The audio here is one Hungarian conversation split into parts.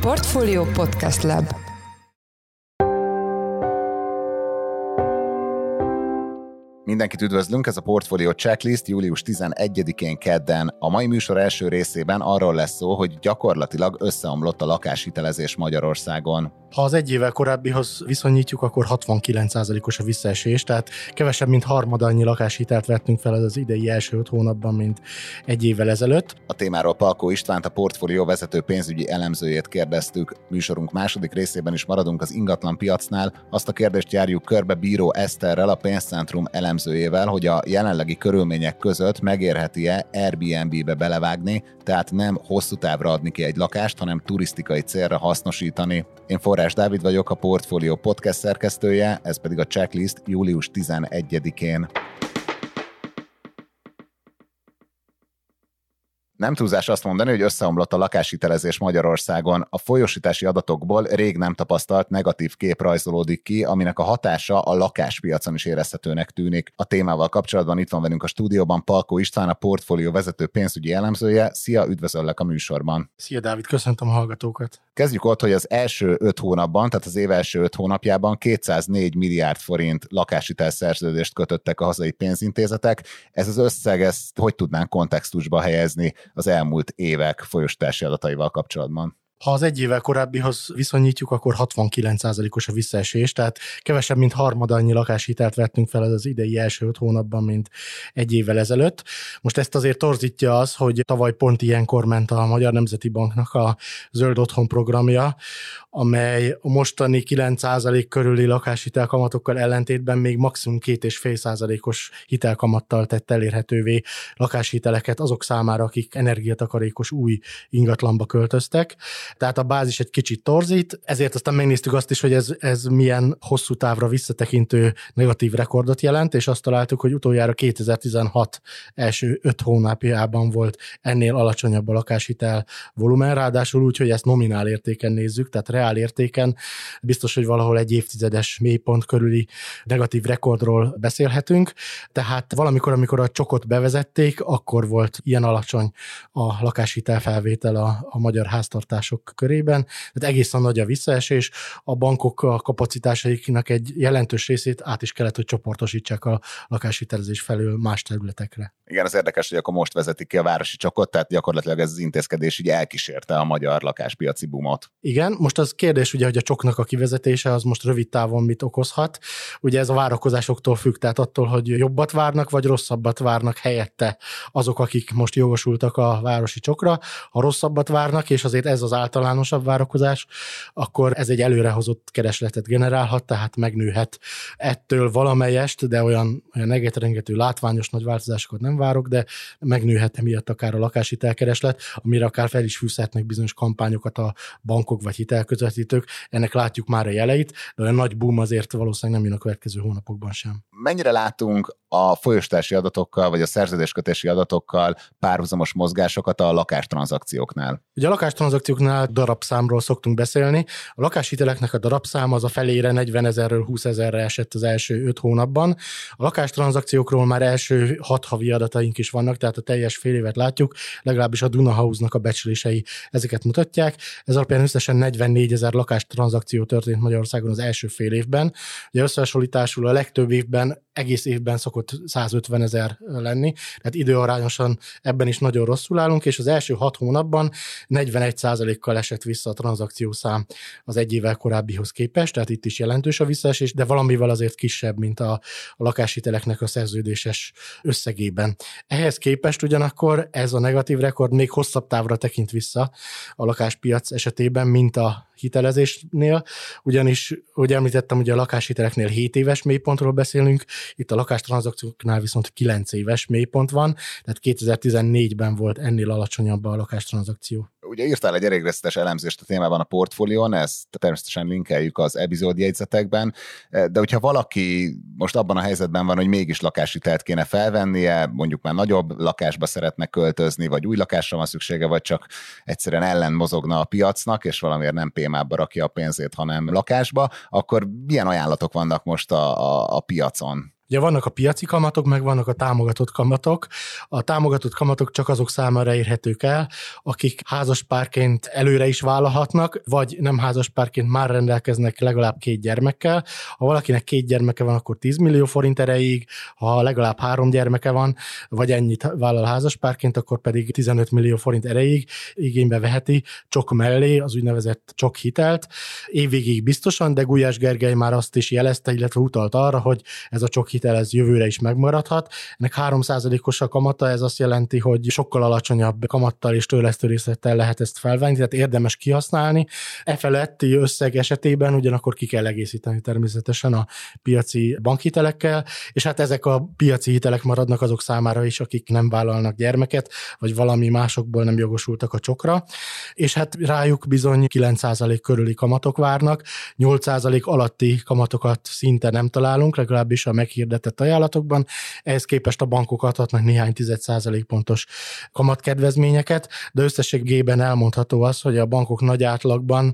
Portfolio Podcast Lab. Mindenkit üdvözlünk, ez a Portfolio Checklist július 11-én kedden. A mai műsor első részében arról lesz szó, hogy gyakorlatilag összeomlott a lakáshitelezés Magyarországon. Ha az egy évvel korábbihoz viszonyítjuk, akkor 69%-os a visszaesés, tehát kevesebb, mint harmada annyi lakáshitelt vettünk fel az idei első 5 hónapban, mint egy évvel ezelőtt. A témáról Palkó Istvánt, a Portfolio vezető pénzügyi elemzőjét kérdeztük. Műsorunk második részében is maradunk az ingatlan piacnál. Azt a kérdést járjuk körbe Bíró Eszterrel, a Pénzcentrum elemzőjével, hogy a jelenlegi körülmények között megérheti-e Airbnb-be belevágni, tehát nem hosszú távra adni ki egy lakást, hanem turisztikai célra hasznosítani. Én Forrás Dávid vagyok, a Portfolio podcast szerkesztője, ez pedig a Checklist július 11-én. Nem túlzás azt mondani, hogy összeomlott a lakáshitelezés Magyarországon. A folyósítási adatokból rég nem tapasztalt negatív kép rajzolódik ki, aminek a hatása a lakáspiacon is érezhetőnek tűnik. A témával kapcsolatban itt van velünk a stúdióban Palkó István, a Portfolio vezető pénzügyi elemzője. Szia, üdvözöllek a műsorban. Szia Dávid, köszöntöm a hallgatókat. Kezdjük ott, hogy az első 5 hónapban, tehát az év első 5 hónapjában 204 milliárd forint lakáshitelszerződést kötöttek a hazai pénzintézetek. Ez az összeg, ezt hogy tudnánk kontextusba helyezni az elmúlt évek folyósítási adataival kapcsolatban? Ha az egy évvel korábbihoz viszonyítjuk, akkor 69%-os a visszaesés, tehát kevesebb, mint harmada annyi lakáshitelt vettünk fel az idei első 5 hónapban, mint egy évvel ezelőtt. Most ezt azért torzítja az, hogy tavaly pont ilyenkor ment a Magyar Nemzeti Banknak a Zöld Otthon programja, amely a mostani 9% körüli lakáshitelkamatokkal ellentétben még maximum 2,5%-os hitelkamattal tett elérhetővé lakáshiteleket azok számára, akik energiatakarékos új ingatlanba költöztek. Tehát a bázis egy kicsit torzít, ezért aztán megnéztük azt is, hogy ez milyen hosszú távra visszatekintő negatív rekordot jelent, és azt találtuk, hogy utoljára 2016 első 5 hónapjában volt ennél alacsonyabb a lakáshitel volumen, ráadásul úgy, hogy ezt nominál értéken nézzük, tehát reál értéken biztos, hogy valahol egy évtizedes mélypont körüli negatív rekordról beszélhetünk, tehát valamikor, amikor a csokot bevezették, akkor volt ilyen alacsony a lakáshitel felvétel a magyar háztartások körében, tehát egészen nagy a visszaesés, a bankok a kapacitásaiknak egy jelentős részét át is kellett, hogy csoportosítsák a lakáshitelezés felől más területekre. Igen, az érdekes, hogy akkor most vezetik ki a városi csokot, tehát gyakorlatilag ez az intézkedés így elkísérte a magyar lakáspiaci boomot. Igen, most az kérdés ugye, hogy a csoknak a kivezetése az most rövid távon mit okozhat. Ugye ez a várakozásoktól függ, tehát attól, hogy jobbat várnak, vagy rosszabbat várnak helyette azok, akik most jogosultak a városi csokra. Ha rosszabbat várnak, és azért ez az általánosabb várakozás, akkor ez egy előrehozott keresletet generálhat, tehát megnőhet ettől valamelyest, de olyan egetrengető látványos nagy változásokat nem várok, de megnőhet emiatt akár a lakáshitelkereslet, amire akár fel is fűzhetnek bizonyos kampányokat a bankok vagy hitelközvetítők. Ennek látjuk már a jeleit, de olyan nagy boom azért valószínűleg nem jön a következő hónapokban sem. Mennyire látunk a folyósítási adatokkal, vagy a szerződéskötési adatokkal párhuzamos mozgásokat a lakástranzakcióknál? Ugye a lakástranzakcióknál darabszámról szoktunk beszélni. A lakáshiteleknek a darabszám az a felére 40 000-ről 20 000-re esett az első 5 hónapban. A lakástranzakciókról már első 6 havi adataink is vannak, tehát a teljes fél évet látjuk, legalábbis a Dunahouse-nak a becslései ezeket mutatják. Ez alapján összesen 44 000 lakástranzakció történt Magyarországon az első fél évben. Ugye összehasonlításul a legtöbb évben, egész évben szokott 150 000 lenni, tehát időarányosan ebben is nagyon rosszul állunk, és az első 6 hónapban 41%-kal esett vissza a tranzakciószám az egy évvel korábbihoz képest, tehát itt is jelentős a visszaesés, de valamivel azért kisebb, mint a lakáshiteleknek a szerződéses összegében. Ehhez képest ugyanakkor ez a negatív rekord még hosszabb távra tekint vissza a lakáspiac esetében, mint a hitelezésnél, ugyanis, ahogy említettem, ugye a lakáshiteleknél 7 éves mélypontról beszélünk, itt a lakástranzakcióknál viszont 9 éves mélypont van, tehát 2014-ben volt ennél alacsonyabb a lakástranzakció. Ugye írtál egy elég részletes elemzést a témában a Portfolión, ezt természetesen linkeljük az epizódjegyzetekben, de hogyha valaki most abban a helyzetben van, hogy mégis lakáshitelt kéne felvennie, mondjuk már nagyobb lakásba szeretne költözni, vagy új lakásra van szüksége, vagy csak egyszerűen ellen mozogna a piacnak, és valamiért nem PMA-ba rakja a pénzét, hanem lakásba, akkor milyen ajánlatok vannak most a piacon? Ugye vannak a piaci kamatok, meg vannak a támogatott kamatok. A támogatott kamatok csak azok számára érhetők el, akik házaspárként előre is vállalhatnak, vagy nem házaspárként már rendelkeznek legalább 2 gyermekkel. Ha valakinek 2 gyermeke van, akkor 10 millió forint erejéig, ha legalább 3 gyermeke van, vagy ennyit vállal házaspárként, akkor pedig 15 millió forint erejéig igénybe veheti csok mellé az úgynevezett csok hitelt. Évvégig biztosan, de Gulyás Gergely már azt is jelezte, illetve utalt arra, hogy ez a csok hitel ez jövőre is megmaradhat. Ennek 3%-os a kamata, ez azt jelenti, hogy sokkal alacsonyabb kamattal és törlesztő részlettel lehet ezt felvenni, tehát érdemes kihasználni. E feletti összeg esetében ugyanakkor ki kell egészíteni természetesen a piaci bankhitelekkel, és hát ezek a piaci hitelek maradnak azok számára is, akik nem vállalnak gyermeket, vagy valami másokból nem jogosultak a csokra, és hát rájuk bizony 9% körüli kamatok várnak, 8% alatti kamatokat szinte nem találunk, legalábbis a meghirdetett ajánlatokban. Ehhez képest a bankok adhatnak néhány 10% pontos kamatkedvezményeket, de összességében elmondható az, hogy a bankok nagy átlagban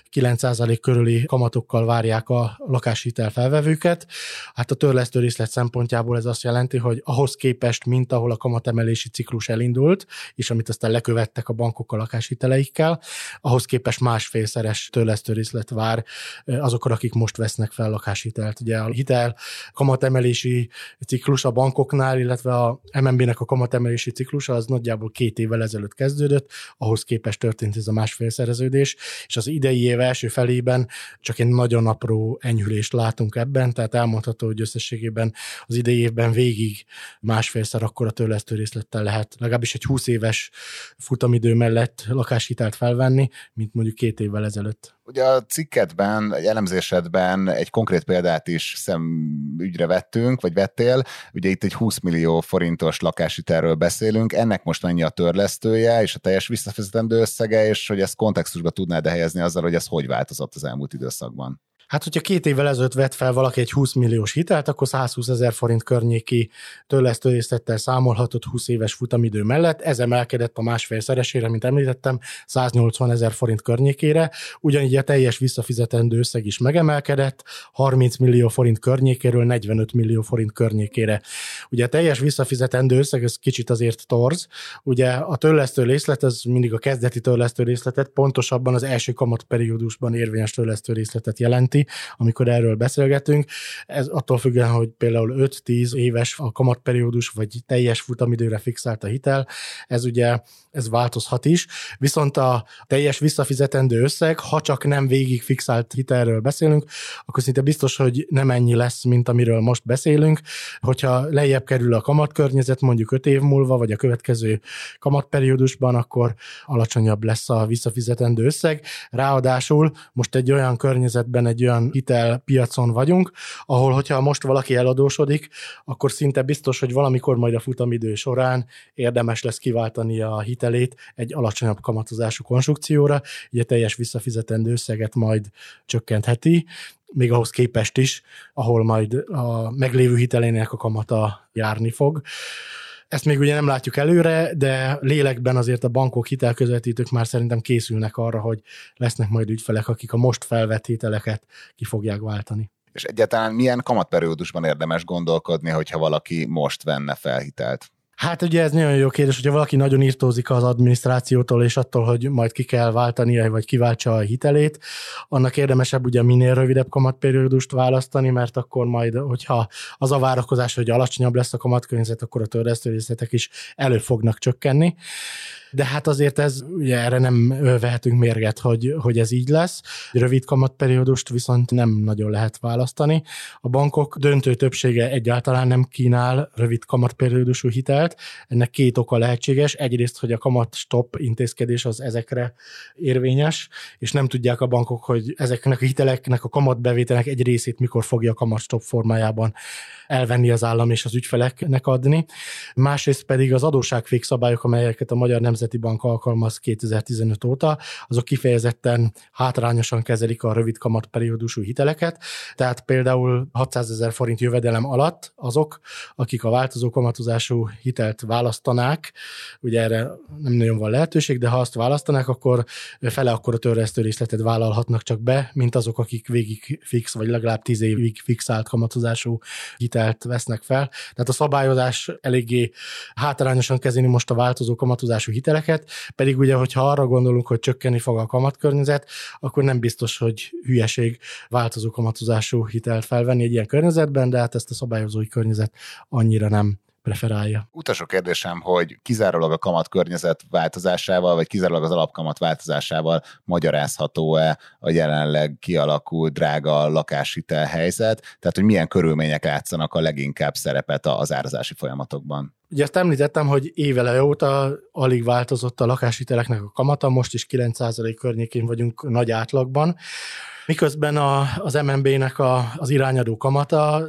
9% körüli kamatokkal várják a lakáshitel felvevőket. Hát a törlesztő részlet szempontjából ez azt jelenti, hogy ahhoz képest, mint ahol a kamatemelési ciklus elindult, és amit aztán lekövettek a bankok a lakáshiteleikkel, ahhoz képest másfélszeres törlesztő részlet vár azokra, akik most vesznek fel lakáshitelt. Ugye a hitel kamatemelési ciklus a bankoknál, illetve a MNB-nek a kamatemelési ciklusa az nagyjából 2 évvel ezelőtt kezdődött, ahhoz képest történt ez a másfélszereződés, és az idei év első felében csak egy nagyon apró enyhülést látunk ebben, tehát elmondható, hogy összességében az idei évben végig másfélszer akkora törlesztő részlettel lehet legalábbis egy 20 éves futamidő mellett lakáshitelt felvenni, mint mondjuk 2 évvel ezelőtt. Ugye a cikketben, egy elemzésedben egy konkrét példát is szemügyre vettünk, vagy vettél. Ugye itt egy 20 millió forintos lakáshitelről beszélünk. Ennek most mennyi a törlesztője és a teljes visszafizetendő összege, és hogy ezt kontextusba tudnád helyezni azzal, hogy ez hogy változott az elmúlt időszakban? Hát, hogyha 2 évvel ezelőtt vett fel valaki egy 20 milliós hitelt, akkor 120 000 forint környéki törlesztő részlettel számolhatott 20 éves futamidő mellett. Ez emelkedett a másfélszeresére, mint említettem, 180 000 forint környékére. Ugyanígy a teljes visszafizetendő összeg is megemelkedett, 30 millió forint környékéről 45 millió forint környékére. Ugye a teljes visszafizetendő összeg, ez kicsit azért torz. Ugye a törlesztő részlet, ez mindig a kezdeti törlesztő részletet, pontosabban az első kamatperiódusban érvényes törlesztő részletet jelenti, amikor erről beszélgetünk. Ez attól függően, hogy például 5-10 éves a kamatperiódus, vagy teljes futamidőre fixált a hitel, ez változhat is. Viszont a teljes visszafizetendő összeg, ha csak nem végig fixált hitelről beszélünk, akkor szinte biztos, hogy nem ennyi lesz, mint amiről most beszélünk. Hogyha lejjebb kerül a kamatkörnyezet mondjuk 5 év múlva, vagy a következő kamatperiódusban, akkor alacsonyabb lesz a visszafizetendő összeg. Ráadásul most egy olyan környezetben, egy olyan hitelpiacon vagyunk, ahol, hogyha most valaki eladósodik, akkor szinte biztos, hogy valamikor majd a futamidő során érdemes lesz kiváltani a hitelét egy alacsonyabb kamatozású konstrukcióra, így a teljes visszafizetendő összeget majd csökkentheti, még ahhoz képest is, ahol majd a meglévő hitelének a kamata járni fog. Ezt még ugye nem látjuk előre, de lélekben azért a bankok, hitelközvetítők már szerintem készülnek arra, hogy lesznek majd ügyfelek, akik a most felvett hiteleket ki fogják váltani. És egyáltalán milyen kamatperiódusban érdemes gondolkodni, hogyha valaki most venne fel hitelt? Hát ugye ez nagyon jó kérdés, hogyha valaki nagyon irtózik az adminisztrációtól és attól, hogy majd ki kell váltania, vagy kiváltsa a hitelét, annak érdemesebb ugye minél rövidebb kamatperiódust választani, mert akkor majd, hogyha az a várakozás, hogy alacsonyabb lesz a kamatkörnyezet, akkor a törlesztő részletek is előbb fognak csökkenni. De hát azért ugye erre nem vehetünk mérget, hogy ez így lesz. Rövid kamatperiódust viszont nem nagyon lehet választani. A bankok döntő többsége egyáltalán nem kínál rövid kamatperiódusú hitelt. Ennek 2 oka lehetséges. Egyrészt, hogy a kamatstop intézkedés az ezekre érvényes, és nem tudják a bankok, hogy ezeknek a hiteleknek, a kamatbevételnek egy részét mikor fogja a kamatstop formájában elvenni az állam és az ügyfeleknek adni. Másrészt pedig az adósságfék szabályok, amelyeket a Magyar Nemzeti Nemzeti Bank alkalmaz 2015 óta, azok kifejezetten hátrányosan kezelik a rövid kamatperiódusú hiteleket, tehát például 600 000 forint jövedelem alatt azok, akik a változó kamatozású hitelt választanák, ugye erre nem nagyon van lehetőség, de ha azt választanák, akkor fele akkora törlesztő részletet vállalhatnak csak be, mint azok, akik végig fix, vagy legalább 10 évig fixált kamatozású hitelt vesznek fel. Tehát a szabályozás eléggé hátrányosan kezeli most a változó kamatozású hiteleket, pedig ugye, hogyha arra gondolunk, hogy csökkenni fog a kamatkörnyezet, akkor nem biztos, hogy hülyeség változó kamatozású hitelt felvenni egy ilyen környezetben, de hát ezt a szabályozói környezet annyira nem preferálja. Utolsó kérdésem, hogy kizárólag a kamatkörnyezet változásával, vagy kizárólag az alapkamat változásával magyarázható-e a jelenleg kialakult drága lakáshitel helyzet, tehát hogy milyen körülmények játszanak a leginkább szerepet az árazási folyamatokban? Ugye azt említettem, hogy évele óta alig változott a lakáshiteleknek a kamata, most is 9% környékén vagyunk nagy átlagban. Miközben az MNB-nek az irányadó kamata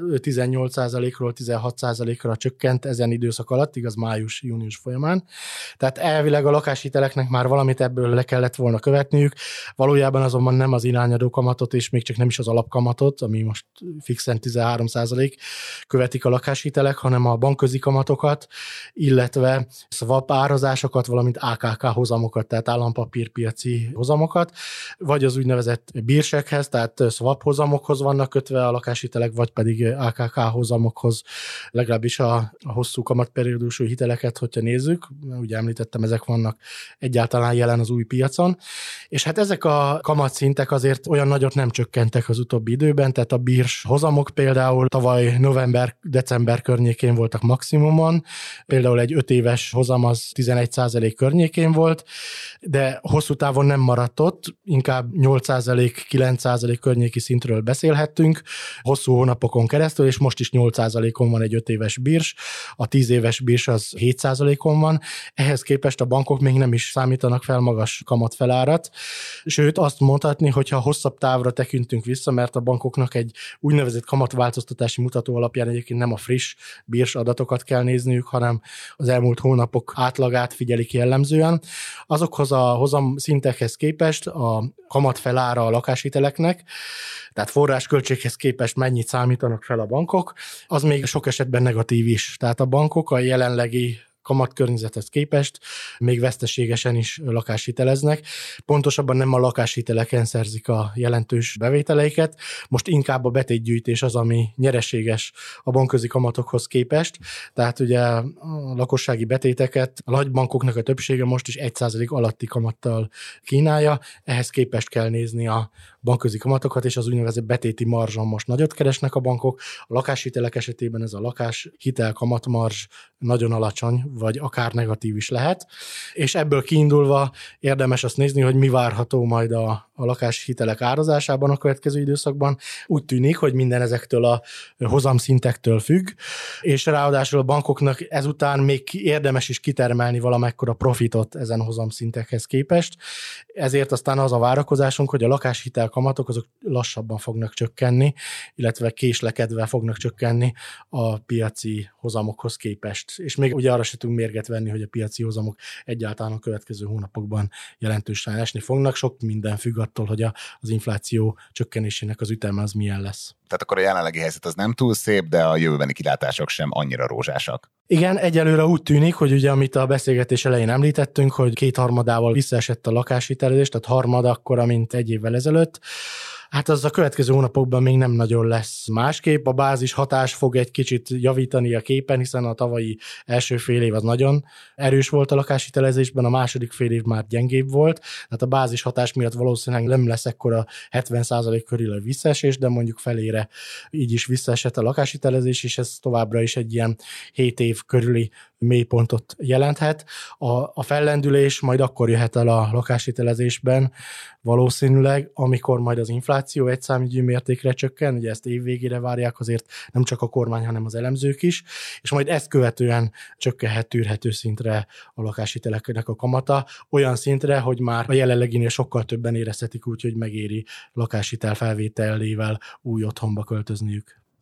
18%-ról 16%-ra csökkent ezen időszak alatt, igaz május-június folyamán. Tehát elvileg a lakáshiteleknek már valamit ebből le kellett volna követniük, valójában azonban nem az irányadó kamatot, és még csak nem is az alapkamatot, ami most fixen 13% követik a lakáshitelek, hanem a bankközi kamatokat, illetve swap árazásokat, valamint AKK hozamokat, tehát állampapírpiaci hozamokat, vagy az úgynevezett bírsekhez, tehát swap hozamokhoz vannak kötve a lakáshitelek, vagy pedig AKK hozamokhoz, legalábbis a hosszú kamatperiódusú hiteleket, hogyha nézzük, ugye említettem, ezek vannak egyáltalán jelen az új piacon, és hát ezek a kamatszintek azért olyan nagyot nem csökkentek az utóbbi időben, tehát a bírs hozamok például tavaly november-december környékén voltak maximumon, például egy 5 éves hozam az 11% környékén volt, de hosszú távon nem maradt ott, inkább 8%, 9% környéki szintről beszélhettünk, hosszú hónapokon keresztül, és most is 8%-on van egy 5 éves bírs, a 10 éves bírs az 7%-on van, ehhez képest a bankok még nem is számítanak fel magas kamatfelárat, sőt azt mondhatni, hogyha hosszabb távra tekintünk vissza, mert a bankoknak egy úgynevezett kamatváltoztatási mutató alapján egyébként nem a friss bírs adatokat kell nézniük, hanem az elmúlt hónapok átlagát figyelik jellemzően. Azokhoz a hozam szintekhez képest a kamatfelára a lakáshiteleknek, tehát forrásköltséghez képest mennyit számítanak fel a bankok, az még sok esetben negatív is. Tehát a bankok a jelenlegi kamatkörnyezethez képest még veszteségesen is lakáshiteleznek. Pontosabban nem a lakáshiteleken szerzik a jelentős bevételeiket, most inkább a betétgyűjtés az, ami nyereséges a bankközi kamatokhoz képest. Tehát ugye a lakossági betéteket a nagy bankoknak a többsége most is 1% alatti kamattal kínálja, ehhez képest kell nézni a bankközi kamatokat, és az úgynevezett betéti marzson most nagyot keresnek a bankok. A lakáshitelek esetében ez a lakáshitel kamatmarzs nagyon alacsony, vagy akár negatív is lehet, és ebből kiindulva érdemes azt nézni, hogy mi várható majd a lakáshitelek árazásában a következő időszakban. Úgy tűnik, hogy minden ezektől a hozamszintektől függ, és ráadásul a bankoknak ezután még érdemes is kitermelni valamekkora profitot ezen hozamszintekhez képest. Ezért aztán az a várakozásunk, hogy a lakáshitel kamatok azok lassabban fognak csökkenni, illetve késlekedve fognak csökkenni a piaci hozamokhoz képest. És még ugye arra se tudunk mérget venni, hogy a piaci hozamok egyáltalán a következő hónapokban jelentősen esni fognak. Sok minden függ attól, hogy az infláció csökkenésének az üteme az milyen lesz. Tehát akkor a jelenlegi helyzet az nem túl szép, de a jövőbeni kilátások sem annyira rózsásak. Igen, egyelőre úgy tűnik, hogy ugye amit a beszélgetés elején említettünk, hogy 2/3 visszaesett a lakáshitelezés, tehát harmad akkora, mint egy évvel ezelőtt. Hát az a következő hónapokban még nem nagyon lesz másképp. A bázis hatás fog egy kicsit javítani a képen, hiszen a tavalyi első fél év az nagyon erős volt a lakáshitelezésben, a második fél év már gyengébb volt, tehát a bázis hatás miatt valószínűleg nem lesz ekkora 70% körül a visszaesés, de mondjuk felére így is visszaesett a lakáshitelezés, és ez továbbra is egy ilyen 7 év körüli mélypontot jelenthet. A fellendülés majd akkor jöhet el a lakáshitelezésben valószínűleg, amikor majd az infláció egyszámjegyű mértékre csökken, ugye ezt év végére várják azért nem csak a kormány, hanem az elemzők is, és majd ezt követően csökkenhet tűrhető szintre a lakáshiteleknek a kamata, olyan szintre, hogy már a jelenleginél sokkal többen érezhetik úgy, hogy megéri lakáshitel felvételével új otthonba költözniük.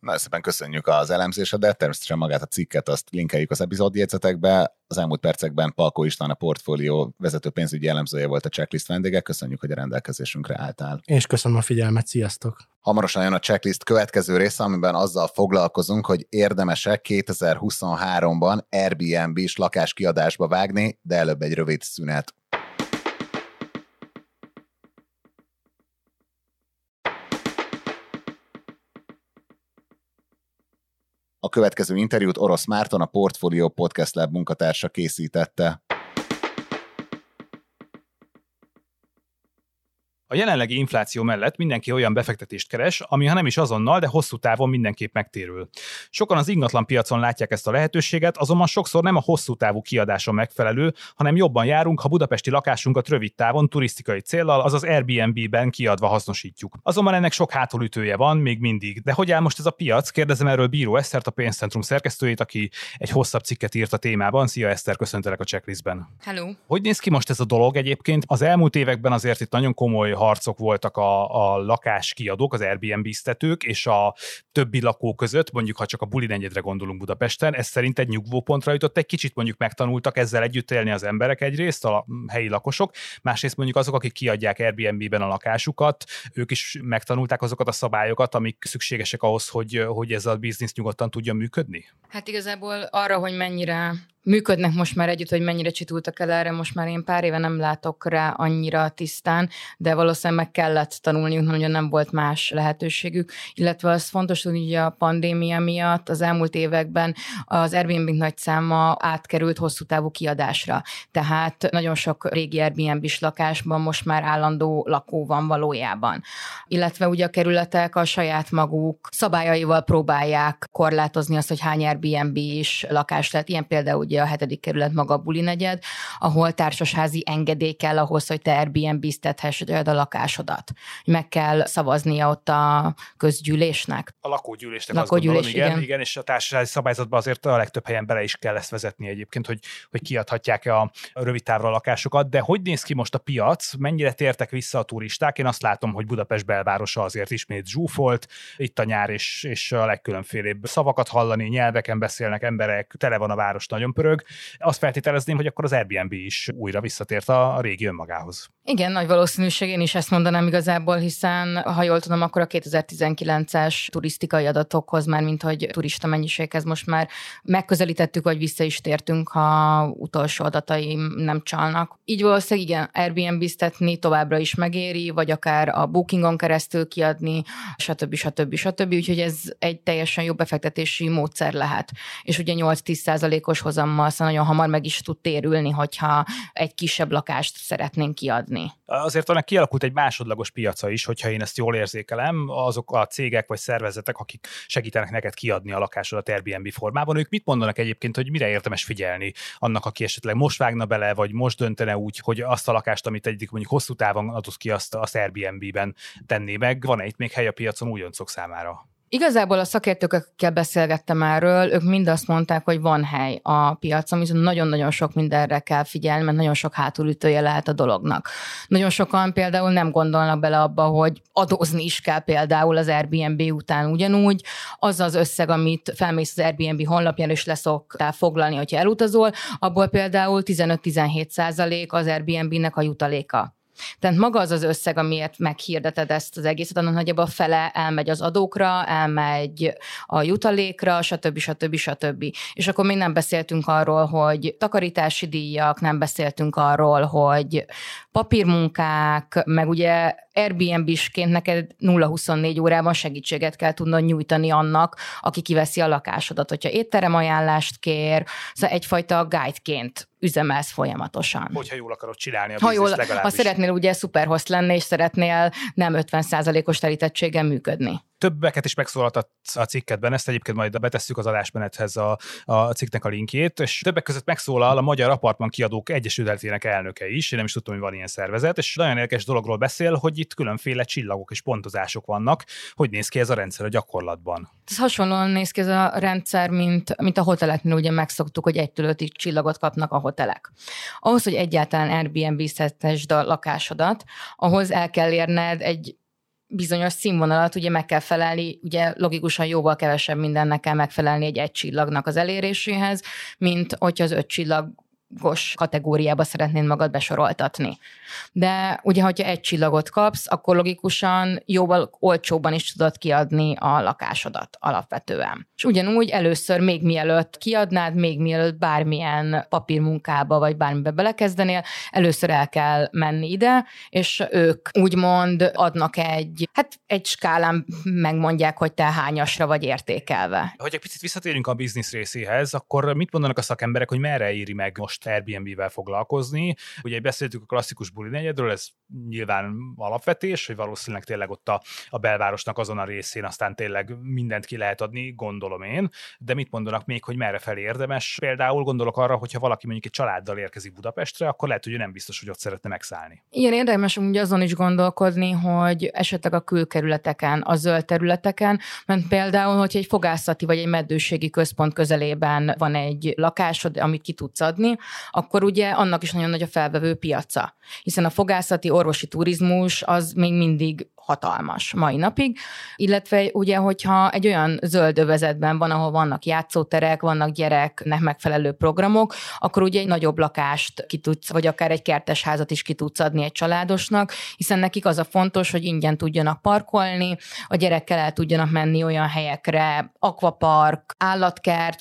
Nagyon szépen köszönjük az elemzésedet, természetesen magát a cikket azt linkeljük az epizódjegyzetekbe. Az elmúlt percekben Palkó István, a portfólió vezető pénzügyi elemzője volt a Checklist vendége. Köszönjük, hogy a rendelkezésünkre álltál. És köszönöm a figyelmet, sziasztok! Hamarosan jön a Checklist következő része, amiben azzal foglalkozunk, hogy érdemes-e 2023-ban Airbnb-s lakáskiadásba vágni, de előbb egy rövid szünet. A következő interjút Orosz Márton, a Portfolio Podcast Lab munkatársa készítette. A jelenlegi infláció mellett mindenki olyan befektetést keres, ami ha nem is azonnal, de hosszú távon mindenképp megtérül. Sokan az ingatlan piacon látják ezt a lehetőséget, azonban sokszor nem a hosszú távú kiadáson megfelelő, hanem jobban járunk, ha budapesti lakásunkat rövid távon turisztikai céllal, azaz Airbnb-ben kiadva hasznosítjuk. Azonban ennek sok hátulütője van még mindig. De hogy áll most ez a piac? Kérdezem erről Bíró Esztert, a Pénzcentrum szerkesztőjét, aki egy hosszabb cikket írt a témában. Szia Eszter, köszöntelek a Checklistben. Hello. Hogy néz ki most ez a dolog egyébként? Az elmúlt években azért itt nagyon komoly harcok voltak a lakáskiadók, az Airbnb-ztetők és a többi lakó között, mondjuk ha csak a Buli negyedre gondolunk Budapesten, ez szerint egy nyugvópontra jutott, egy kicsit mondjuk megtanultak ezzel együtt élni az emberek egyrészt, a helyi lakosok, másrészt mondjuk azok, akik kiadják Airbnb-ben a lakásukat, ők is megtanulták azokat a szabályokat, amik szükségesek ahhoz, hogy ez a biznisz nyugodtan tudjon működni? Hát igazából arra, hogy mennyire működnek most már együtt, hogy mennyire csitultak el erre, most már én pár éve nem látok rá annyira tisztán, de valószínűleg meg kellett tanulniuk, nagyon nem volt más lehetőségük. Illetve az fontos, hogy a pandémia miatt az elmúlt években az Airbnb nagy száma átkerült hosszú távú kiadásra. Tehát nagyon sok régi Airbnb-s lakásban most már állandó lakó van valójában. Illetve ugye a kerületek a saját maguk szabályaival próbálják korlátozni azt, hogy hány Airbnb-s lakás lehet. Ilyen például ugye a 7. kerület maga a Buli negyed, ahol társasházi engedély kell ahhoz, hogy te Airbnb-ztethessed a lakásodat. Meg kell szavaznia ott a közgyűlésnek. A lakógyűlésnek azt gondolom, igen, és a társasházi szabályzatban azért a legtöbb helyen bele is kell ezt vezetni egyébként, hogy kiadhatják a rövid távra a lakásokat, de hogy néz ki most a piac, mennyire tértek vissza a turisták? Én azt látom, hogy Budapest belvárosa azért ismét zsúfolt, itt a nyár és a legkülönfélébb szavakat hallani, nyelveken beszélnek emberek, tele van a város, nagyon pörög. Azt feltételezném, hogy akkor az Airbnb is újra visszatért a régi önmagához. Igen, nagy valószínűség, én is ezt mondanám igazából, hiszen ha jól tudom, akkor a 2019-es turisztikai adatokhoz már, mint hogy turista mennyiséghez most már megközelítettük, vagy vissza is tértünk, ha utolsó adataim nem csalnak. Így valószínűleg igen, Airbnb-ztetni továbbra is megéri, vagy akár a Bookingon keresztül kiadni, stb. Úgyhogy ez egy teljesen jó befektetési módszer lehet. És ugye 8-10%-os hozammal szóval nagyon hamar meg is tud térülni, hogyha egy kisebb lakást szeretnénk kiadni. Azért annak kialakult egy másodlagos piaca is, hogyha én ezt jól érzékelem, azok a cégek vagy szervezetek, akik segítenek neked kiadni a lakásodat Airbnb formában, ők mit mondanak egyébként, hogy mire érdemes figyelni annak, aki esetleg most vágna bele, vagy most döntene úgy, hogy azt a lakást, amit egyik mondjuk hosszú távon adott ki, azt Airbnb-ben tenné meg. Van-e itt még hely a piacon újoncok számára? Igazából a szakértőkkel beszélgettem erről, ők mind azt mondták, hogy van hely a piacon, viszont nagyon-nagyon sok mindenre kell figyelni, mert nagyon sok hátulütője lehet a dolognak. Nagyon sokan például nem gondolnak bele abba, hogy adózni is kell például az Airbnb után ugyanúgy. Az az összeg, amit felmész az Airbnb honlapján, és leszoktál foglalni, hogyha elutazol, abból például 15-17% az Airbnb-nek a jutaléka. Tehát maga az az összeg, amiért meghirdeted ezt az egészet, annak nagyjából a fele elmegy az adókra, elmegy a jutalékra, stb. És akkor még nem beszéltünk arról, hogy takarítási díjak, nem beszéltünk arról, hogy papírmunkák, meg ugye Airbnb-sként neked 0-24 órában segítséget kell tudnod nyújtani annak, aki kiveszi a lakásodat. Hogyha étterem ajánlást kér, szóval egyfajta guide-ként üzemelsz folyamatosan. Hogyha jól akarod csinálni a bizniszt legalábbis. Ha szeretnél ugye szuperhost lenni, és szeretnél nem 50%-os telítettséggel működni. Többeket is megszólaltatsz a cikketben, ezt egyébként majd betesszük az adásmenethez a cikknek a linkjét, és többek között megszólal a Magyar Apartman Kiadók Egyesületének elnöke is, én nem is tudtam, hogy van ilyen szervezet, és nagyon érdekes dologról beszél, hogy itt különféle csillagok és pontozások vannak. Hogy néz ki ez a rendszer a gyakorlatban? Ez hasonlóan néz ki ez a rendszer, mint a hoteleknél, ugye megszoktuk, hogy 1-től 5-ig csillagot kapnak a hotelek. Ahhoz, hogy egyáltalán Airbnb-ztethesd a lakásodat, ahhoz el kell érned egy bizonyos színvonalat ugye meg kell felelni, ugye logikusan jóval kevesebb mindennek kell megfelelni egy csillagnak az eléréséhez, mint hogyha az 5 csillagos kategóriába szeretnéd magad besoroltatni. De ugye, hogyha 1 csillagot kapsz, akkor logikusan jóval olcsóbban is tudod kiadni a lakásodat alapvetően. És ugyanúgy először még mielőtt kiadnád, még mielőtt bármilyen papírmunkába vagy bármibe belekezdenél, először el kell menni ide, és ők úgymond adnak egy skálán megmondják, hogy te hányasra vagy értékelve. Hogy egy picit visszatérünk a biznisz részéhez, akkor mit mondanak a szakemberek, hogy merre éri meg most Airbnb-vel foglalkozni? Ugye beszéltük a klasszikus buli negyedről, ez nyilván alapvetés, hogy valószínűleg tényleg ott a belvárosnak azon a részén aztán tényleg mindent ki lehet adni, gondolom én, de mit mondanak még, hogy merre felé érdemes? Például gondolok arra, hogyha valaki mondjuk egy családdal érkezik Budapestre, akkor lehet, hogy ő nem biztos, hogy ott szeretne megszállni. Igen, érdemes ugye azon is gondolkodni, hogy esetleg a külkerületeken, a zöld területeken, mert például, hogyha egy fogászati vagy egy meddőségi központ közelében van egy lakásod, amit ki tudsz adni, akkor ugye annak is nagyon nagy a felvevő piaca, hiszen a fogászati orvosi turizmus az még mindig hatalmas mai napig, illetve ugye, hogyha egy olyan zöld övezetben van, ahol vannak játszóterek, vannak gyereknek megfelelő programok, akkor ugye egy nagyobb lakást ki tudsz, vagy akár egy kertesházat is ki tudsz adni egy családosnak, hiszen nekik az a fontos, hogy ingyen tudjanak parkolni, a gyerekkel el tudjanak menni olyan helyekre, akvapark, állatkert,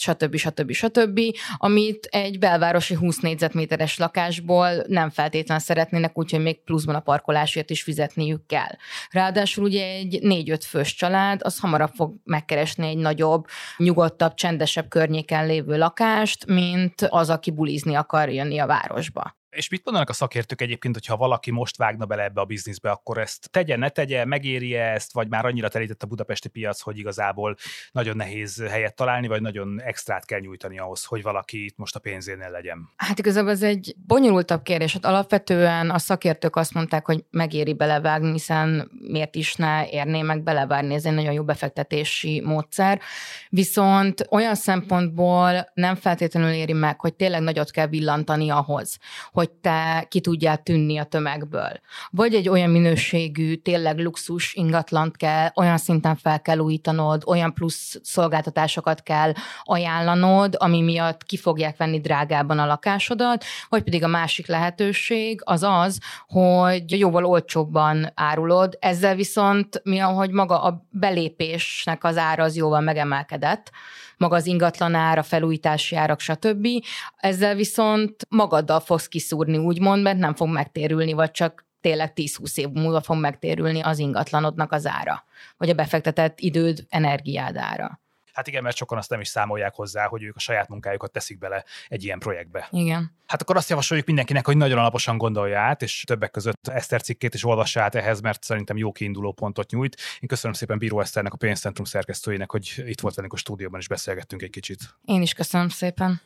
stb., amit egy belvárosi 20 négyzetméteres lakásból nem feltétlenül szeretnének, úgyhogy még pluszban a parkolásért is fizetniük kell. Ráadásul ugye egy 4-5 fős család, az hamarabb fog megkeresni egy nagyobb, nyugodtabb, csendesebb környéken lévő lakást, mint az, aki bulizni akar jönni a városba. És mit mondanak a szakértők egyébként, hogyha valaki most vágna bele ebbe a bizniszbe, akkor ezt tegye, ne tegye, megéri ezt, vagy már annyira telített a budapesti piac, hogy igazából nagyon nehéz helyet találni, vagy nagyon extrát kell nyújtani ahhoz, hogy valaki itt most a pénzénél legyen? Hát igazából ez egy bonyolultabb kérdés. Hát alapvetően a szakértők azt mondták, hogy megéri belevágni, hiszen miért is ne érné meg belevágni, ez egy nagyon jó befektetési módszer. Viszont olyan szempontból nem feltétlenül éri meg, hogy tényleg nagyot kell villantani ahhoz, hogy te ki tudjál tűnni a tömegből. Vagy egy olyan minőségű, tényleg luxus ingatlant kell, olyan szinten fel kell újítanod, olyan plusz szolgáltatásokat kell ajánlanod, ami miatt ki fogják venni drágában a lakásodat, vagy pedig a másik lehetőség az, hogy jóval olcsóbban árulod, ezzel viszont ahogy maga a belépésnek az ára az jóval megemelkedett, maga az ingatlan ára, felújítási árak, stb. Ezzel viszont magaddal fogsz kiszúrni, úgymond, mert nem fog megtérülni, vagy csak tényleg 10-20 év múlva fog megtérülni az ingatlanodnak az ára, vagy a befektetett időd, energiád ára. Hát igen, mert sokan azt nem is számolják hozzá, hogy ők a saját munkájukat teszik bele egy ilyen projektbe. Igen. Hát akkor azt javasoljuk mindenkinek, hogy nagyon alaposan gondolja át, és többek között Eszter cikkét is olvassa át ehhez, mert szerintem jó kiinduló pontot nyújt. Én köszönöm szépen Bíró Eszternek, a Pénzcentrum szerkesztőjének, hogy itt volt velünk a stúdióban, és beszélgettünk egy kicsit. Én is köszönöm szépen.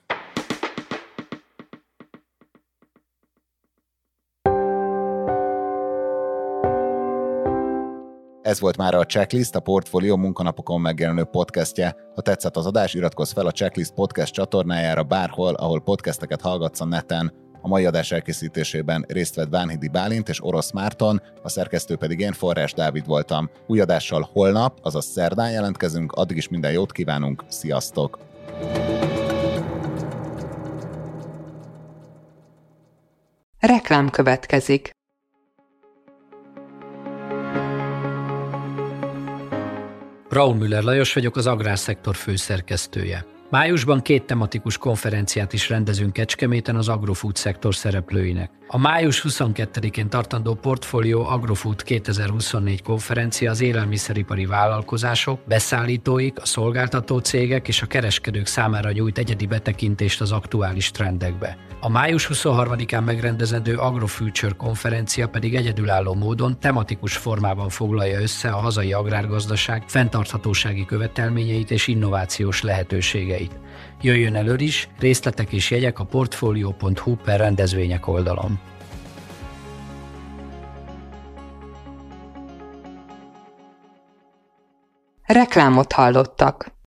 Ez volt már a Checklist, a Portfolio munkanapokon megjelenő podcastje. Ha tetszett az adás, iratkozz fel a Checklist podcast csatornájára bárhol, ahol podcasteket hallgatsz a neten. A mai adás elkészítésében részt vett Vánhidi Bálint és Orosz Márton, a szerkesztő pedig én, Forrás Dávid voltam. Új adással holnap, azaz szerdán jelentkezünk, addig is minden jót kívánunk, sziasztok! Reklám következik. Braunmüller Lajos vagyok, az Agrárszektor főszerkesztője. Májusban 2 tematikus konferenciát is rendezünk Kecskeméten az agrofood szektor szereplőinek. A május 22-én tartandó Portfolio Agrofood 2024 konferencia az élelmiszeripari vállalkozások, beszállítóik, a szolgáltató cégek és a kereskedők számára nyújt egyedi betekintést az aktuális trendekbe. A május 23-án megrendezendő Agrofuture konferencia pedig egyedülálló módon tematikus formában foglalja össze a hazai agrárgazdaság fenntarthatósági követelményeit és innovációs lehetőségeit. Jöjjön elő is, részletek és jegyek a portfolio.hu/rendezvények oldalon. Reklámot hallottak.